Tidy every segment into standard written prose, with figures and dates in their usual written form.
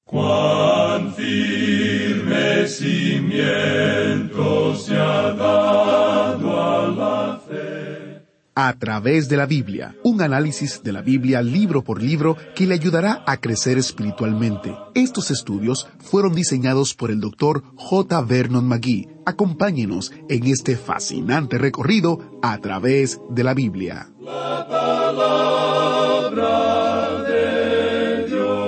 Cuán firme cimiento se ha dado a la fe. A través de la Biblia, un análisis de la Biblia libro por libro que le ayudará a crecer espiritualmente. Estos estudios fueron diseñados por el Dr. J. Vernon McGee. Acompáñenos en este fascinante recorrido a través de la Biblia. La palabra de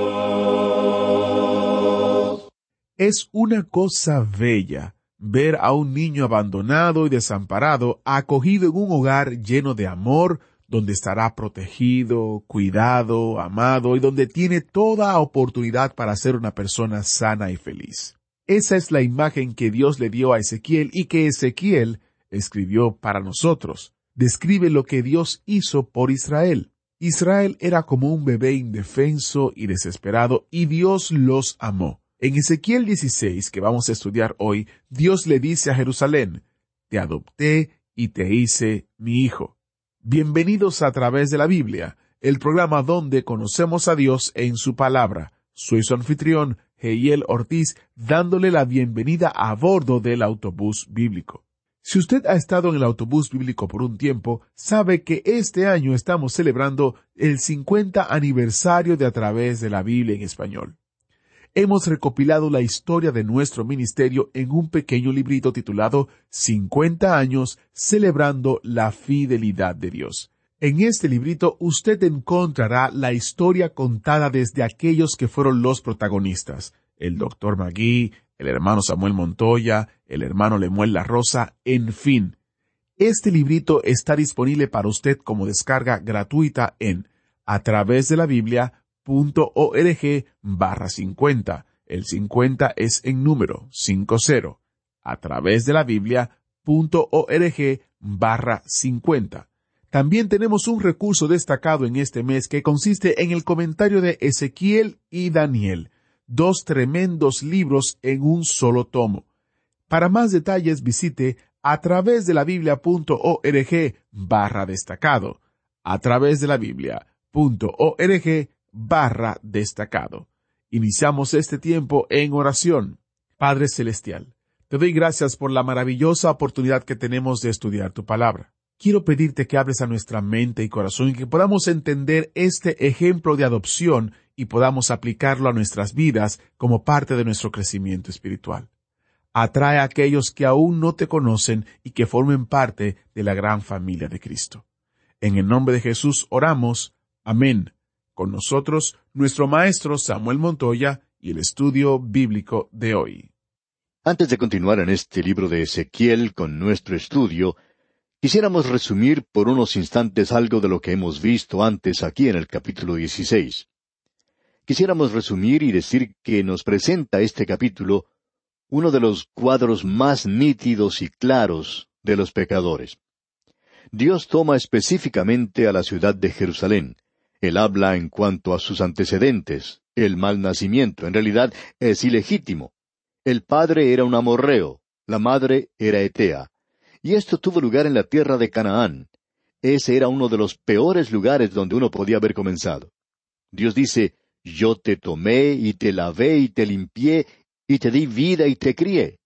Dios. Es una cosa bella ver a un niño abandonado y desamparado, acogido en un hogar lleno de amor, donde estará protegido, cuidado, amado y donde tiene toda oportunidad para ser una persona sana y feliz. Esa es la imagen que Dios le dio a Ezequiel y que Ezequiel escribió para nosotros. Describe lo que Dios hizo por Israel. Israel era como un bebé indefenso y desesperado, y Dios los amó. En Ezequiel 16, que vamos a estudiar hoy, Dios le dice a Jerusalén: te adopté y te hice mi hijo. Bienvenidos a través de la Biblia, el programa donde conocemos a Dios en su palabra. Soy su anfitrión, Heiel Ortiz, dándole la bienvenida a bordo del autobús bíblico. Si usted ha estado en el autobús bíblico por un tiempo, sabe que este año estamos celebrando el 50 aniversario de A Través de la Biblia en español. Hemos recopilado la historia de nuestro ministerio en un pequeño librito titulado 50 años celebrando la fidelidad de Dios. En este librito usted encontrará la historia contada desde aquellos que fueron los protagonistas: el Dr. McGee, el hermano Samuel Montoya, el hermano Lemuel La Rosa, en fin. Este librito está disponible para usted como descarga gratuita en atravesdelabiblia.org/50. El 50 es en número 50. atravesdelabiblia.org/50. También tenemos un recurso destacado en este mes que consiste en el comentario de Ezequiel y Daniel, dos tremendos libros en un solo tomo. Para más detalles visite atravesdelabiblia.org/destacado. atravesdelabiblia.org/destacado. Iniciamos este tiempo en oración. Padre Celestial, te doy gracias por la maravillosa oportunidad que tenemos de estudiar tu palabra. Quiero pedirte que hables a nuestra mente y corazón y que podamos entender este ejemplo de adopción y podamos aplicarlo a nuestras vidas como parte de nuestro crecimiento espiritual. Atrae a aquellos que aún no te conocen y que formen parte de la gran familia de Cristo. En el nombre de Jesús oramos. Amén. Con nosotros, nuestro maestro Samuel Montoya y el estudio bíblico de hoy. Antes de continuar en este libro de Ezequiel con nuestro estudio, quisiéramos resumir por unos instantes algo de lo que hemos visto antes aquí en el capítulo 16. Quisiéramos resumir y decir que nos presenta este capítulo uno de los cuadros más nítidos y claros de los pecadores. Dios toma específicamente a la ciudad de Jerusalén. Él habla en cuanto a sus antecedentes. El mal nacimiento, en realidad, es ilegítimo. El padre era un amorreo, la madre era etea. Y esto tuvo lugar en la tierra de Canaán. Ese era uno de los peores lugares donde uno podía haber comenzado. Dios dice: yo te tomé y te lavé y te limpié y te di vida y te crié.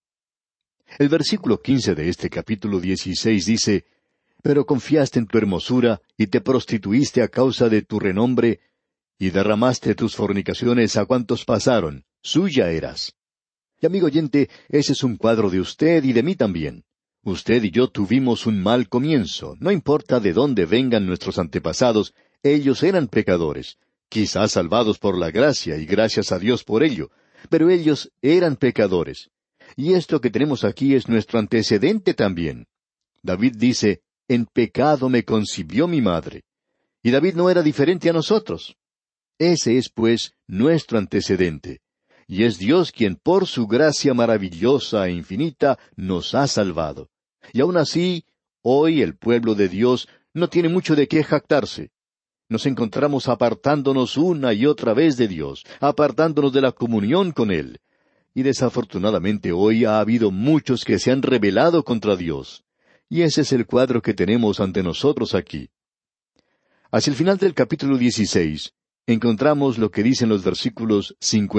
El versículo 15 de este capítulo 16 dice: pero confiaste en tu hermosura y te prostituiste a causa de tu renombre, y derramaste tus fornicaciones a cuantos pasaron, suya eras. Y amigo oyente, ese es un cuadro de usted y de mí también. Usted y yo tuvimos un mal comienzo. No importa de dónde vengan nuestros antepasados, ellos eran pecadores, quizás salvados por la gracia, y gracias a Dios por ello, pero ellos eran pecadores. Y esto que tenemos aquí es nuestro antecedente también. David dice: en pecado me concibió mi madre. Y David no era diferente a nosotros. Ese es, pues, nuestro antecedente. Y es Dios quien, por su gracia maravillosa e infinita, nos ha salvado. Y aun así, hoy el pueblo de Dios no tiene mucho de qué jactarse. Nos encontramos apartándonos una y otra vez de Dios, apartándonos de la comunión con Él. Y desafortunadamente hoy ha habido muchos que se han rebelado contra Dios. Y ese es el cuadro que tenemos ante nosotros aquí. Hacia el final del capítulo 16, encontramos lo que dicen los versículos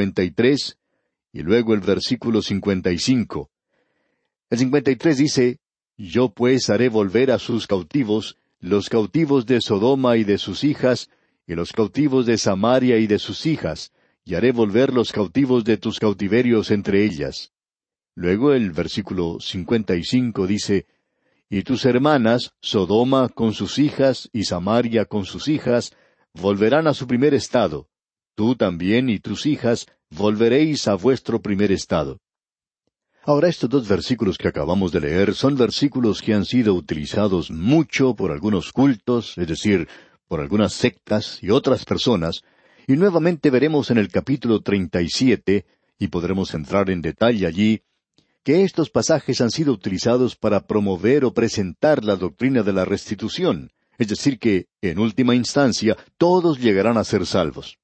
53 y luego el versículo 55. El 53 dice, «Yo pues haré volver a sus cautivos, los cautivos de Sodoma y de sus hijas, y los cautivos de Samaria y de sus hijas, y haré volver los cautivos de tus cautiverios entre ellas». Luego el versículo 55 dice, «Y tus hermanas, Sodoma con sus hijas y Samaria con sus hijas, volverán a su primer estado. Tú también y tus hijas volveréis a vuestro primer estado». Ahora, estos dos versículos que acabamos de leer son versículos que han sido utilizados mucho por algunos cultos, es decir, por algunas sectas y otras personas, y nuevamente veremos en el capítulo 37, y podremos entrar en detalle allí, que estos pasajes han sido utilizados para promover o presentar la doctrina de la restitución, es decir que, en última instancia, todos llegarán a ser salvos.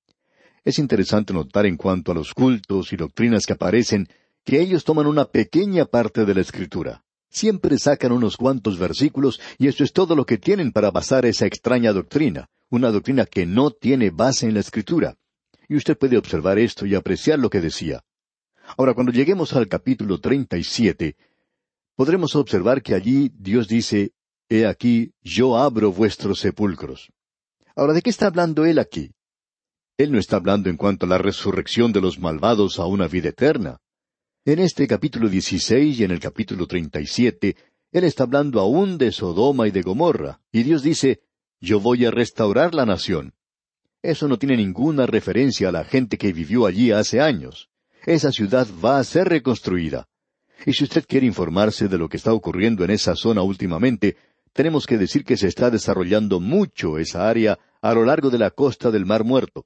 Es interesante notar en cuanto a los cultos y doctrinas que aparecen, que ellos toman una pequeña parte de la Escritura. Siempre sacan unos cuantos versículos, y eso es todo lo que tienen para basar esa extraña doctrina, una doctrina que no tiene base en la Escritura. Y usted puede observar esto y apreciar lo que decía. Ahora, cuando lleguemos al capítulo 37, podremos observar que allí Dios dice, «He aquí, yo abro vuestros sepulcros». Ahora, ¿de qué está hablando Él aquí? Él no está hablando en cuanto a la resurrección de los malvados a una vida eterna. En este capítulo 16 y en el capítulo 37, Él está hablando aún de Sodoma y de Gomorra, y Dios dice, «Yo voy a restaurar la nación». Eso no tiene ninguna referencia a la gente que vivió allí hace años. Esa ciudad va a ser reconstruida. Y si usted quiere informarse de lo que está ocurriendo en esa zona últimamente, tenemos que decir que se está desarrollando mucho esa área a lo largo de la costa del Mar Muerto.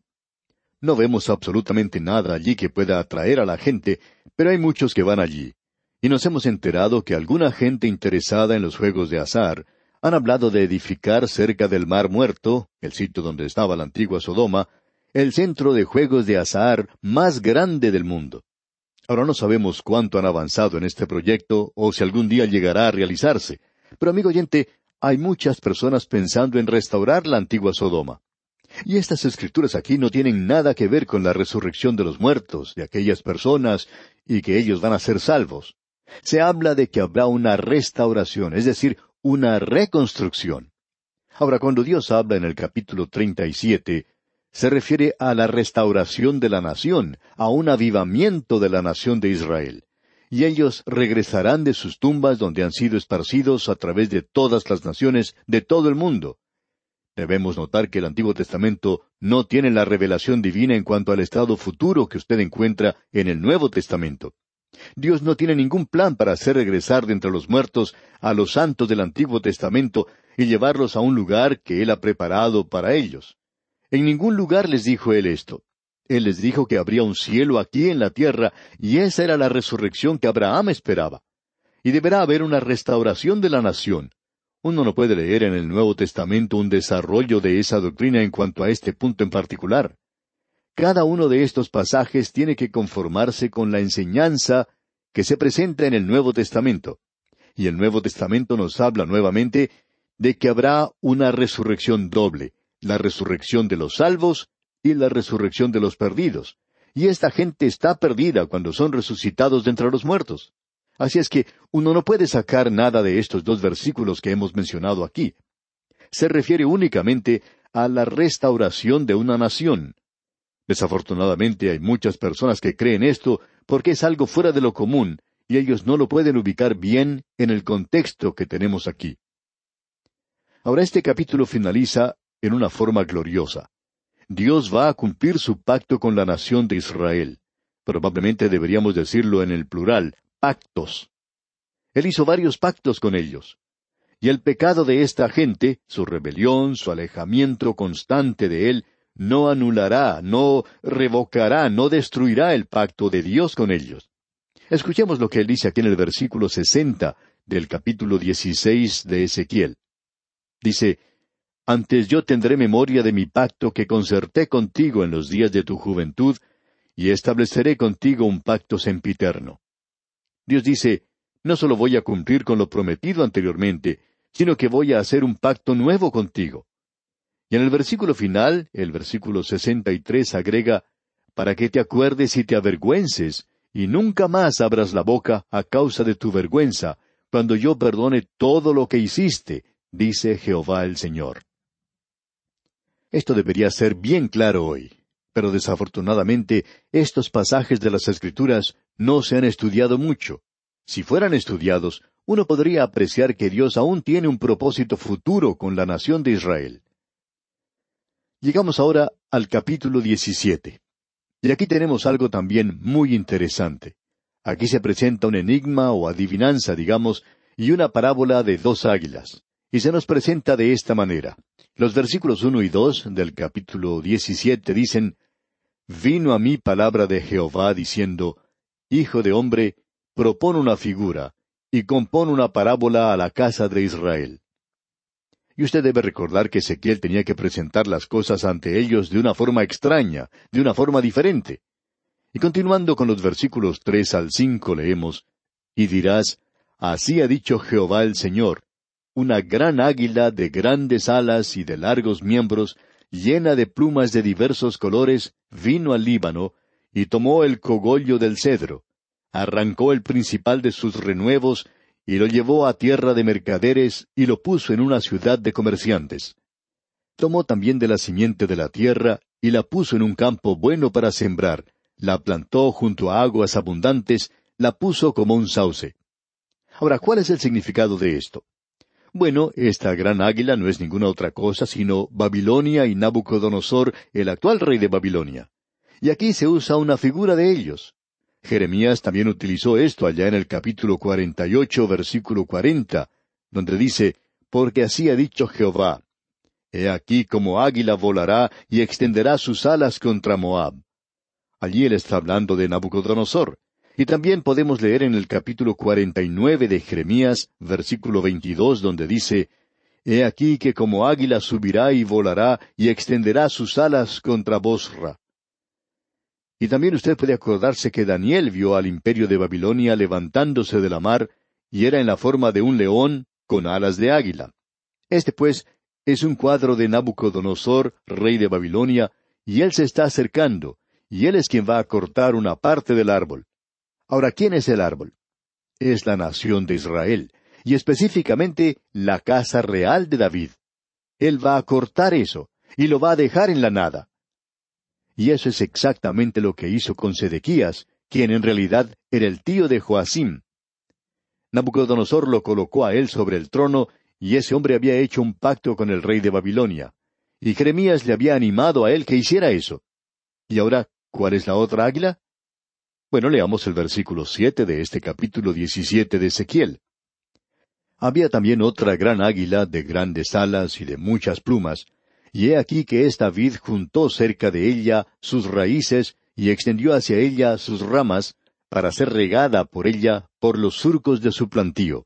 No vemos absolutamente nada allí que pueda atraer a la gente, pero hay muchos que van allí. Y nos hemos enterado que alguna gente interesada en los juegos de azar han hablado de edificar cerca del Mar Muerto, el sitio donde estaba la antigua Sodoma, el centro de juegos de azar más grande del mundo. Ahora no sabemos cuánto han avanzado en este proyecto o si algún día llegará a realizarse, pero amigo oyente, hay muchas personas pensando en restaurar la antigua Sodoma. Y estas escrituras aquí no tienen nada que ver con la resurrección de los muertos, de aquellas personas, y que ellos van a ser salvos. Se habla de que habrá una restauración, es decir, una reconstrucción. Ahora, cuando Dios habla en el capítulo 37, se refiere a la restauración de la nación, a un avivamiento de la nación de Israel. Y ellos regresarán de sus tumbas donde han sido esparcidos a través de todas las naciones de todo el mundo. Debemos notar que el Antiguo Testamento no tiene la revelación divina en cuanto al estado futuro que usted encuentra en el Nuevo Testamento. Dios no tiene ningún plan para hacer regresar de entre los muertos a los santos del Antiguo Testamento y llevarlos a un lugar que Él ha preparado para ellos. En ningún lugar les dijo Él esto. Él les dijo que habría un cielo aquí en la tierra, y esa era la resurrección que Abraham esperaba. Y deberá haber una restauración de la nación. Uno no puede leer en el Nuevo Testamento un desarrollo de esa doctrina en cuanto a este punto en particular. Cada uno de estos pasajes tiene que conformarse con la enseñanza que se presenta en el Nuevo Testamento. Y el Nuevo Testamento nos habla nuevamente de que habrá una resurrección doble, la resurrección de los salvos y la resurrección de los perdidos. Y esta gente está perdida cuando son resucitados de entre los muertos. Así es que uno no puede sacar nada de estos dos versículos que hemos mencionado aquí. Se refiere únicamente a la restauración de una nación. Desafortunadamente hay muchas personas que creen esto porque es algo fuera de lo común, y ellos no lo pueden ubicar bien en el contexto que tenemos aquí. Ahora este capítulo finaliza en una forma gloriosa. Dios va a cumplir su pacto con la nación de Israel. Probablemente deberíamos decirlo en el plural, pactos. Él hizo varios pactos con ellos. Y el pecado de esta gente, su rebelión, su alejamiento constante de Él, no anulará, no revocará, no destruirá el pacto de Dios con ellos. Escuchemos lo que Él dice aquí en el versículo 60 del capítulo 16 de Ezequiel. Dice, «Antes yo tendré memoria de mi pacto que concerté contigo en los días de tu juventud, y estableceré contigo un pacto sempiterno». Dios dice, no solo voy a cumplir con lo prometido anteriormente, sino que voy a hacer un pacto nuevo contigo. Y en el versículo final, el versículo 63, agrega, para que te acuerdes y te avergüences, y nunca más abras la boca a causa de tu vergüenza, cuando yo perdone todo lo que hiciste, dice Jehová el Señor. Esto debería ser bien claro hoy, pero desafortunadamente estos pasajes de las Escrituras no se han estudiado mucho. Si fueran estudiados, uno podría apreciar que Dios aún tiene un propósito futuro con la nación de Israel. Llegamos ahora al capítulo 17. Y aquí tenemos algo también muy interesante. Aquí se presenta un enigma o adivinanza, digamos, y una parábola de 2 águilas. Y se nos presenta de esta manera. Los versículos 1 y 2 del capítulo 17 dicen, Vino a mí palabra de Jehová diciendo, Hijo de hombre, propón una figura, y compón una parábola a la casa de Israel. Y usted debe recordar que Ezequiel tenía que presentar las cosas ante ellos de una forma extraña, de una forma diferente. Y continuando con los versículos 3 al 5 leemos, Y dirás, Así ha dicho Jehová el Señor, una gran águila de grandes alas y de largos miembros, llena de plumas de diversos colores, vino al Líbano, y tomó el cogollo del cedro, arrancó el principal de sus renuevos, y lo llevó a tierra de mercaderes, y lo puso en una ciudad de comerciantes. Tomó también de la simiente de la tierra, y la puso en un campo bueno para sembrar, la plantó junto a aguas abundantes, la puso como un sauce. Ahora, ¿cuál es el significado de esto? Bueno, esta gran águila no es ninguna otra cosa sino Babilonia y Nabucodonosor, el actual rey de Babilonia. Y aquí se usa una figura de ellos. Jeremías también utilizó esto allá en el capítulo 48, versículo 40, donde dice, Porque así ha dicho Jehová, He aquí como águila volará y extenderá sus alas contra Moab. Allí él está hablando de Nabucodonosor. Y también podemos leer en el capítulo 49 de Jeremías, versículo 22, donde dice, He aquí que como águila subirá y volará y extenderá sus alas contra Bosra. Y también usted puede acordarse que Daniel vio al imperio de Babilonia levantándose de la mar, y era en la forma de un león con alas de águila. Este, pues, es un cuadro de Nabucodonosor, rey de Babilonia, y él se está acercando, y él es quien va a cortar una parte del árbol. Ahora, ¿quién es el árbol? Es la nación de Israel, y específicamente la casa real de David. Él va a cortar eso, y lo va a dejar en la nada. Y eso es exactamente lo que hizo con Sedequías, quien en realidad era el tío de Joacim. Nabucodonosor lo colocó a él sobre el trono, y ese hombre había hecho un pacto con el rey de Babilonia. Y Jeremías le había animado a él que hiciera eso. Y ahora, ¿cuál es la otra águila? Bueno, leamos el versículo 7 de este capítulo 17 de Ezequiel. Había también otra gran águila de grandes alas y de muchas plumas, y he aquí que esta vid juntó cerca de ella sus raíces y extendió hacia ella sus ramas, para ser regada por ella por los surcos de su plantío.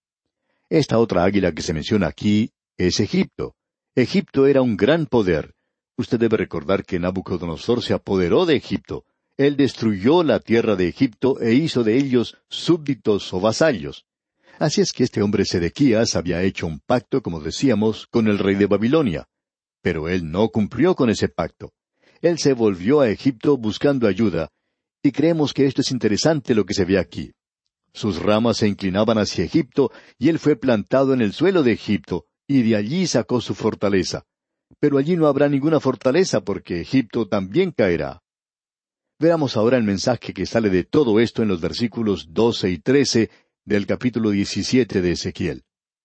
Esta otra águila que se menciona aquí es Egipto. Egipto era un gran poder. Usted debe recordar que Nabucodonosor se apoderó de Egipto. Él destruyó la tierra de Egipto e hizo de ellos súbditos o vasallos. Así es que este hombre Sedequías había hecho un pacto, como decíamos, con el rey de Babilonia. Pero él no cumplió con ese pacto. Él se volvió a Egipto buscando ayuda, y creemos que esto es interesante lo que se ve aquí. Sus ramas se inclinaban hacia Egipto, y él fue plantado en el suelo de Egipto, y de allí sacó su fortaleza. Pero allí no habrá ninguna fortaleza, porque Egipto también caerá. Veamos ahora el mensaje que sale de todo esto en los versículos 12 y 13 del capítulo 17 de Ezequiel.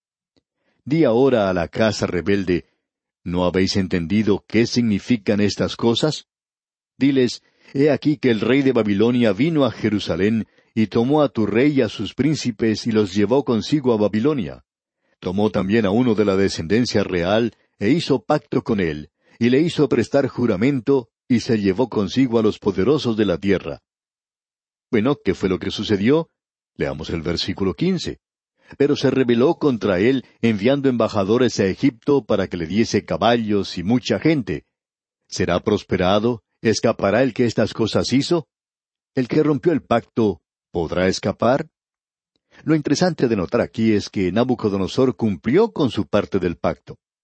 Di ahora a la casa rebelde, ¿no habéis entendido qué significan estas cosas? Diles, he aquí que el rey de Babilonia vino a Jerusalén, y tomó a tu rey y a sus príncipes, y los llevó consigo a Babilonia. Tomó también a uno de la descendencia real, e hizo pacto con él, y le hizo prestar juramento, y se llevó consigo a los poderosos de la tierra. Bueno, ¿qué fue lo que sucedió? Leamos el versículo 15. Pero se rebeló contra él, enviando embajadores a Egipto para que le diese caballos y mucha gente. ¿Será prosperado? ¿Escapará el que estas cosas hizo? ¿El que rompió el pacto podrá escapar? Lo interesante de notar aquí es que Nabucodonosor cumplió con su parte del pacto.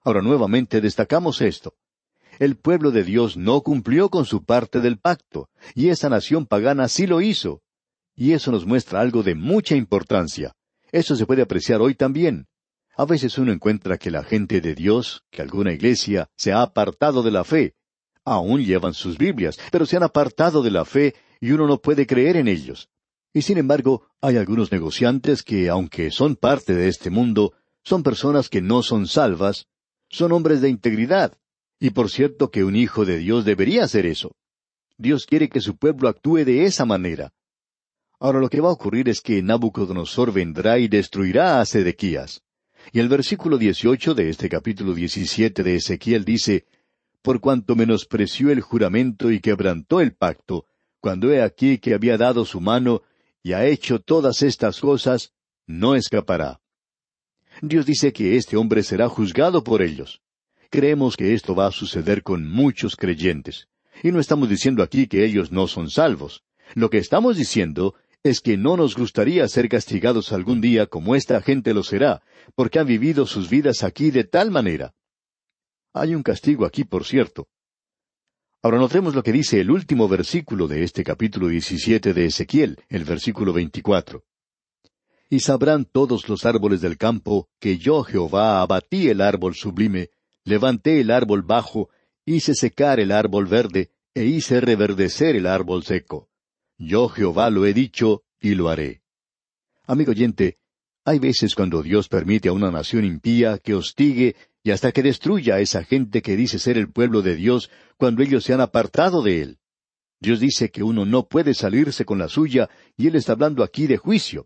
Ahora nuevamente destacamos esto. El pueblo de Dios no cumplió con su parte del pacto, y esa nación pagana sí lo hizo. Y eso nos muestra algo de mucha importancia. Eso se puede apreciar hoy también. A veces uno encuentra que la gente de Dios, que alguna iglesia, se ha apartado de la fe. Aún llevan sus Biblias, pero se han apartado de la fe y uno no puede creer en ellos. Y sin embargo, hay algunos negociantes que, aunque son parte de este mundo, son personas que no son salvas, son hombres de integridad. Y por cierto que un hijo de Dios debería hacer eso. Dios quiere que su pueblo actúe de esa manera. Ahora lo que va a ocurrir es que Nabucodonosor vendrá y destruirá a Sedequías. Y el versículo 18 de este capítulo 17 de Ezequiel dice, «Por cuanto menospreció el juramento y quebrantó el pacto, cuando he aquí que había dado su mano y ha hecho todas estas cosas, no escapará». Dios dice que este hombre será juzgado por ellos. Creemos que esto va a suceder con muchos creyentes. Y no estamos diciendo aquí que ellos no son salvos. Lo que estamos diciendo es que no nos gustaría ser castigados algún día como esta gente lo será, porque han vivido sus vidas aquí de tal manera. Hay un castigo aquí, por cierto. Ahora notemos lo que dice el último versículo de este capítulo 17 de Ezequiel, el versículo 24. «Y sabrán todos los árboles del campo que yo, Jehová, abatí el árbol sublime, levanté el árbol bajo, hice secar el árbol verde, e hice reverdecer el árbol seco. Yo, Jehová, lo he dicho, y lo haré». Amigo oyente, hay veces cuando Dios permite a una nación impía que hostigue y hasta que destruya a esa gente que dice ser el pueblo de Dios cuando ellos se han apartado de Él. Dios dice que uno no puede salirse con la suya, y Él está hablando aquí de juicio.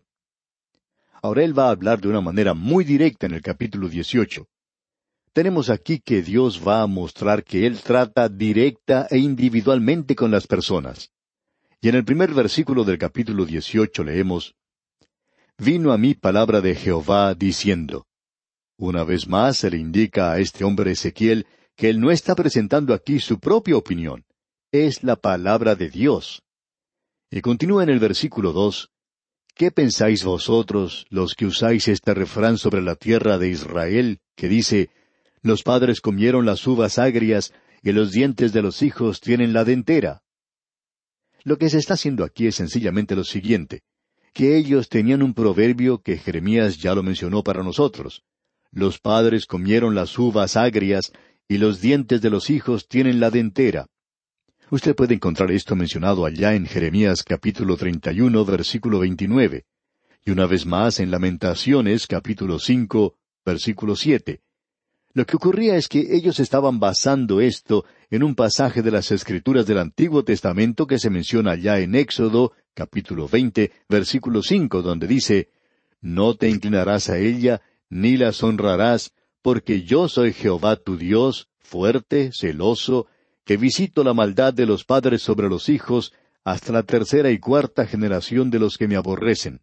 Ahora Él va a hablar de una manera muy directa en el capítulo 18. Tenemos aquí que Dios va a mostrar que Él trata directa e individualmente con las personas. Y en el primer versículo del capítulo 18 leemos, «Vino a mí palabra de Jehová diciendo». Una vez más se le indica a este hombre Ezequiel que él no está presentando aquí su propia opinión. Es la palabra de Dios. Y continúa en el versículo 2, «¿Qué pensáis vosotros, los que usáis este refrán sobre la tierra de Israel, que dice, los padres comieron las uvas agrias, y los dientes de los hijos tienen la dentera?» Lo que se está haciendo aquí es sencillamente lo siguiente, que ellos tenían un proverbio que Jeremías ya lo mencionó para nosotros. Los padres comieron las uvas agrias, y los dientes de los hijos tienen la dentera. Usted puede encontrar esto mencionado allá en Jeremías capítulo 31, versículo 29, y una vez más en Lamentaciones capítulo 5, versículo 7. Lo que ocurría es que ellos estaban basando esto en un pasaje de las Escrituras del Antiguo Testamento que se menciona allá en Éxodo, capítulo 20, versículo 5, donde dice, «No te inclinarás a ella, ni las honrarás, porque yo soy Jehová tu Dios, fuerte, celoso, que visito la maldad de los padres sobre los hijos, hasta la tercera y cuarta generación de los que me aborrecen».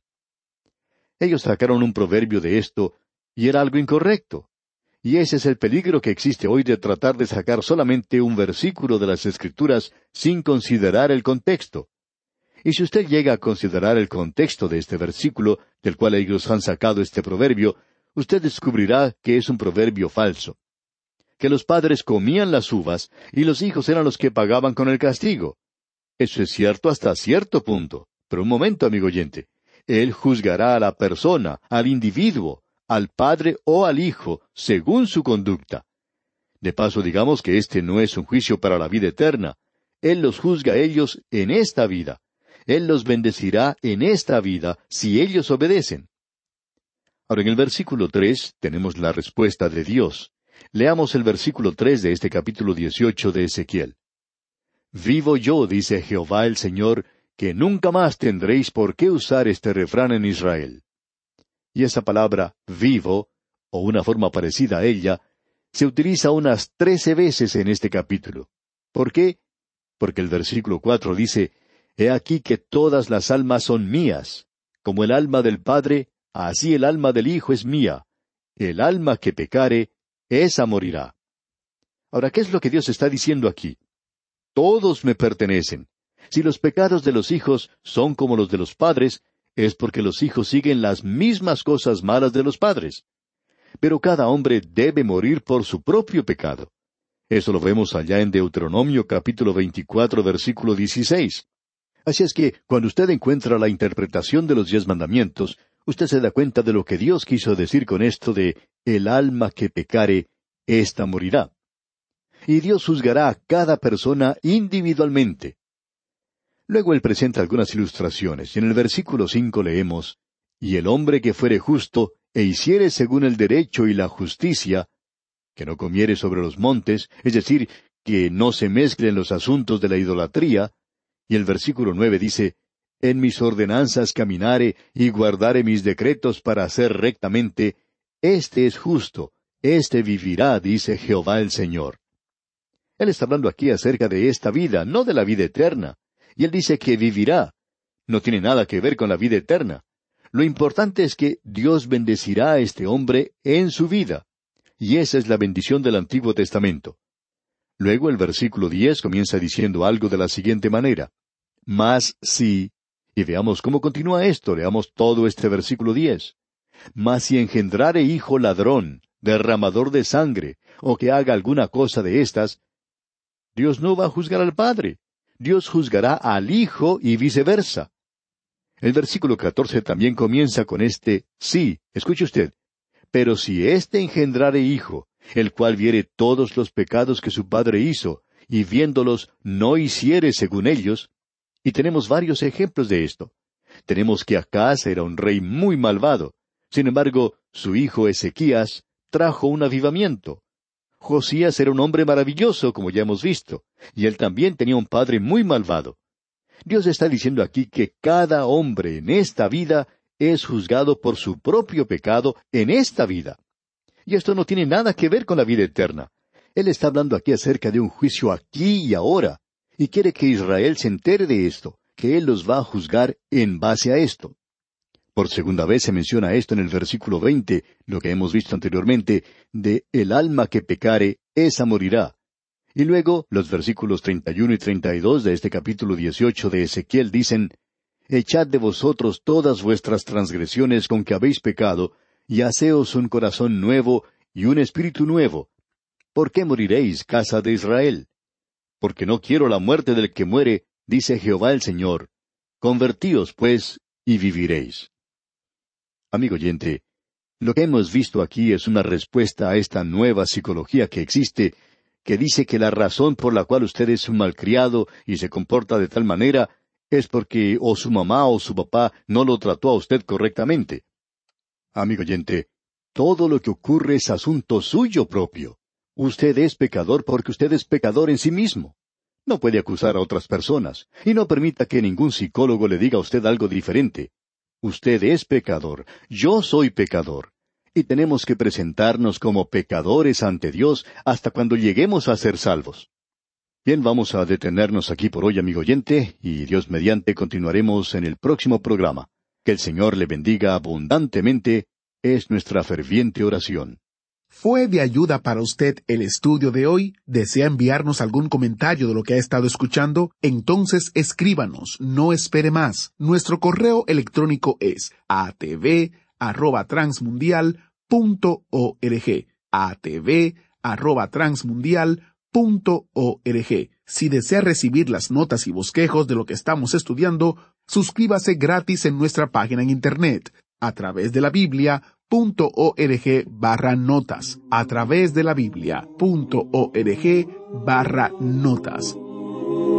Ellos sacaron un proverbio de esto, y era algo incorrecto. Y ese es el peligro que existe hoy de tratar de sacar solamente un versículo de las Escrituras sin considerar el contexto. Y si usted llega a considerar el contexto de este versículo, del cual ellos han sacado este proverbio, usted descubrirá que es un proverbio falso. Que los padres comían las uvas y los hijos eran los que pagaban con el castigo. Eso es cierto hasta cierto punto. Pero un momento, amigo oyente. Él juzgará a la persona, al individuo, al padre o al hijo, según su conducta. De paso, digamos que este no es un juicio para la vida eterna. Él los juzga a ellos en esta vida. Él los bendecirá en esta vida si ellos obedecen. Ahora, en el versículo 3 tenemos la respuesta de Dios. Leamos el versículo 3 de este capítulo 18 de Ezequiel. «Vivo yo, dice Jehová el Señor, que nunca más tendréis por qué usar este refrán en Israel». Y esa palabra vivo, o una forma parecida a ella, se utiliza unas 13 veces en este capítulo. ¿Por qué? Porque el versículo 4 dice, «He aquí que todas las almas son mías. Como el alma del Padre, así el alma del Hijo es mía. El alma que pecare, esa morirá». Ahora, ¿qué es lo que Dios está diciendo aquí? Todos me pertenecen. Si los pecados de los hijos son como los de los padres, es porque los hijos siguen las mismas cosas malas de los padres. pero cada hombre debe morir por su propio pecado. Eso lo vemos allá en Deuteronomio capítulo 24, versículo 16. Así es que, cuando usted encuentra la interpretación de los 10 mandamientos, usted se da cuenta de lo que Dios quiso decir con esto de el alma que pecare, ésta morirá. Y Dios juzgará a cada persona individualmente. Luego él presenta algunas ilustraciones, y en el versículo 5 leemos, y el hombre que fuere justo, e hiciere según el derecho y la justicia, que no comiere sobre los montes, es decir, que no se mezclen los asuntos de la idolatría, y el versículo 9 dice, en mis ordenanzas caminare y guardare mis decretos para hacer rectamente, este es justo, este vivirá, dice Jehová el Señor. Él está hablando aquí acerca de esta vida, no de la vida eterna. Y él dice que vivirá. No tiene nada que ver con la vida eterna. Lo importante es que Dios bendecirá a este hombre en su vida. Y esa es la bendición del Antiguo Testamento. Luego el versículo 10 comienza diciendo algo de la siguiente manera. Mas si, y veamos cómo continúa esto, leamos todo este versículo 10. Mas si engendrare hijo ladrón, derramador de sangre, o que haga alguna cosa de estas, Dios no va a juzgar al padre. Dios juzgará al hijo y viceversa. El versículo 14 también comienza con este sí. Escuche usted. Pero si éste engendrare hijo, el cual viere todos los pecados que su padre hizo, y viéndolos no hiciere según ellos, y tenemos varios ejemplos de esto. Tenemos que Acaz era un rey muy malvado. Sin embargo, su hijo Ezequías trajo un avivamiento. Josías era un hombre maravilloso, como ya hemos visto, y él también tenía un padre muy malvado. Dios está diciendo aquí que cada hombre en esta vida es juzgado por su propio pecado en esta vida. Y esto no tiene nada que ver con la vida eterna. Él está hablando aquí acerca de un juicio aquí y ahora, y quiere que Israel se entere de esto, que Él los va a juzgar en base a esto. Por segunda vez se menciona esto en el versículo 20, lo que hemos visto anteriormente, de el alma que pecare, esa morirá. Y luego, los versículos 31 y 32 de este capítulo 18 de Ezequiel dicen, Echad de vosotros todas vuestras transgresiones con que habéis pecado, y haceos un corazón nuevo y un espíritu nuevo. ¿Por qué moriréis, casa de Israel? Porque no quiero la muerte del que muere, dice Jehová el Señor. Convertíos, pues, y viviréis. Amigo oyente, lo que hemos visto aquí es una respuesta a esta nueva psicología que existe, que dice que la razón por la cual usted es un malcriado y se comporta de tal manera es porque o su mamá o su papá no lo trató a usted correctamente. Amigo oyente, todo lo que ocurre es asunto suyo propio. Usted es pecador porque usted es pecador en sí mismo. No puede acusar a otras personas, y no permita que ningún psicólogo le diga a usted algo diferente. Usted es pecador, yo soy pecador, y tenemos que presentarnos como pecadores ante Dios hasta cuando lleguemos a ser salvos. Bien, vamos a detenernos aquí por hoy, amigo oyente, y Dios mediante continuaremos en el próximo programa. Que el Señor le bendiga abundantemente, es nuestra ferviente oración. ¿Fue de ayuda para usted el estudio de hoy? ¿Desea enviarnos algún comentario de lo que ha estado escuchando? Entonces escríbanos, no espere más. Nuestro correo electrónico es atv@transmundial.org. atv@transmundial.org. Si desea recibir las notas y bosquejos de lo que estamos estudiando, suscríbase gratis en nuestra página en Internet, a través de la Biblia.org/notas, a través de la Biblia.org/notas.